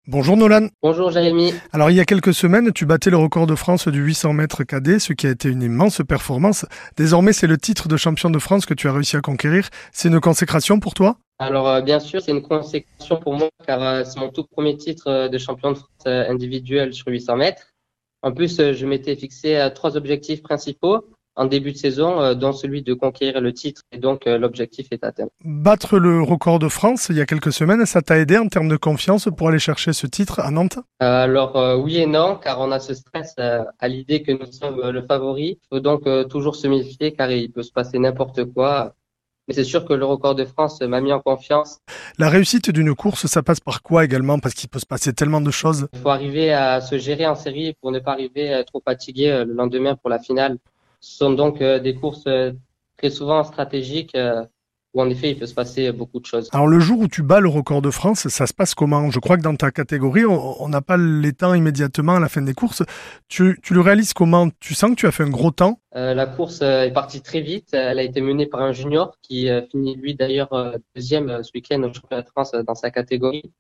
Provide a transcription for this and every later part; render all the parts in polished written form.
Bonjour Nolan. Bonjour Jérémy. Alors il y a quelques semaines, tu battais le record de France du 800 mètres cadet, ce qui a été une immense performance. Désormais, c'est le titre de champion de France que tu as réussi à conquérir. C'est une consécration pour toi? Alors bien sûr, c'est une consécration pour moi car c'est mon tout premier titre de champion de France individuel sur 800 mètres. En plus, je m'étais fixé trois objectifs principaux en début de saison, dont celui de conquérir le titre et donc l'objectif est atteint. Battre le record de France il y a quelques semaines, ça t'a aidé en termes de confiance pour aller chercher ce titre à Nantes? Alors oui et non, car on a ce stress à l'idée que nous sommes le favori. Il faut donc toujours se méfier car il peut se passer n'importe quoi. Mais c'est sûr que le record de France m'a mis en confiance. La réussite d'une course, ça passe par quoi également? Parce qu'il peut se passer tellement de choses. Il faut arriver à se gérer en série pour ne pas arriver trop fatigué le lendemain pour la finale. Ce sont donc des courses très souvent stratégiques où en effet il peut se passer beaucoup de choses. Alors le jour où tu bats le record de France, ça se passe comment? Je crois que dans ta catégorie, on n'a pas les temps immédiatement à la fin des courses. Tu le réalises comment? Tu sens que tu as fait un gros temps? La course est partie très vite. Elle a été menée par un junior qui finit lui d'ailleurs deuxième ce week-end au championnat de France dans sa catégorie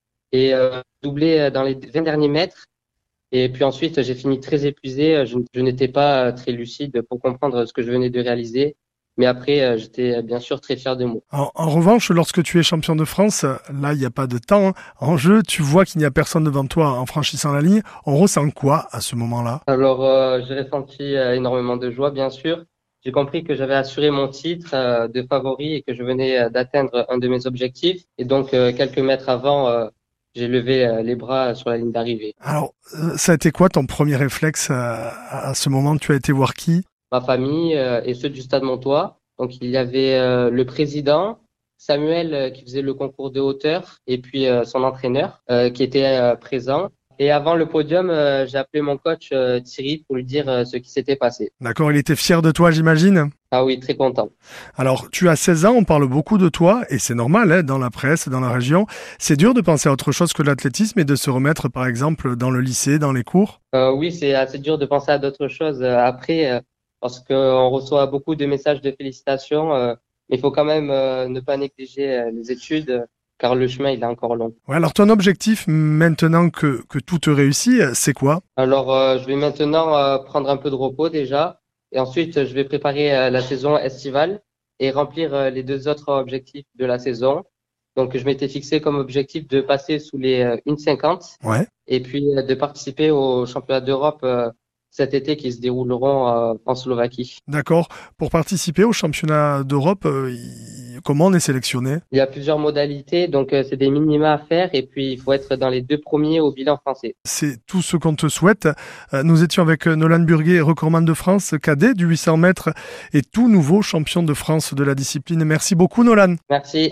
et doublé dans les 20 derniers mètres. Et puis ensuite, j'ai fini très épuisé. Je n'étais pas très lucide pour comprendre ce que je venais de réaliser. Mais après, j'étais bien sûr très fier de moi. En revanche, lorsque tu es champion de France, là, il n'y a pas de temps, hein. En jeu, tu vois qu'il n'y a personne devant toi en franchissant la ligne. On ressent quoi à ce moment-là? Alors, j'ai ressenti énormément de joie, bien sûr. J'ai compris que j'avais assuré mon titre de favori et que je venais d'atteindre un de mes objectifs. Et donc, quelques mètres avant, j'ai levé les bras sur la ligne d'arrivée. Alors, ça a été quoi ton premier réflexe à ce moment? Tu as été voir qui? Ma famille et ceux du Stade Montois. Donc, il y avait le président, Samuel qui faisait le concours de hauteur et puis son entraîneur qui était présent. Et avant le podium, j'ai appelé mon coach Thierry pour lui dire ce qui s'était passé. D'accord, il était fier de toi, j'imagine. Ah oui, très content. Alors, tu as 16 ans, on parle beaucoup de toi, et c'est normal, hein, dans la presse, dans la région. C'est dur de penser à autre chose que l'athlétisme et de se remettre, par exemple, dans le lycée, dans les cours. Oui, c'est assez dur de penser à d'autres choses après parce qu'on reçoit beaucoup de messages de félicitations. Mais il faut quand même ne pas négliger les études car le chemin il est encore long. Ouais, alors ton objectif, maintenant que tout te réussit, c'est quoi? Alors, je vais maintenant prendre un peu de repos déjà et ensuite je vais préparer la saison estivale et remplir les deux autres objectifs de la saison. Donc, je m'étais fixé comme objectif de passer sous les 1,50 Ouais. et puis de participer aux championnats d'Europe cet été qui se dérouleront en Slovaquie. D'accord. Pour participer au championnat d'Europe, comment on est sélectionné? Il y a plusieurs modalités, donc c'est des minima à faire et puis il faut être dans les deux premiers au bilan français. C'est tout ce qu'on te souhaite. Nous étions avec Nolan Burguet, recordman de France, cadet du 800 mètres et tout nouveau champion de France de la discipline. Merci beaucoup Nolan. Merci.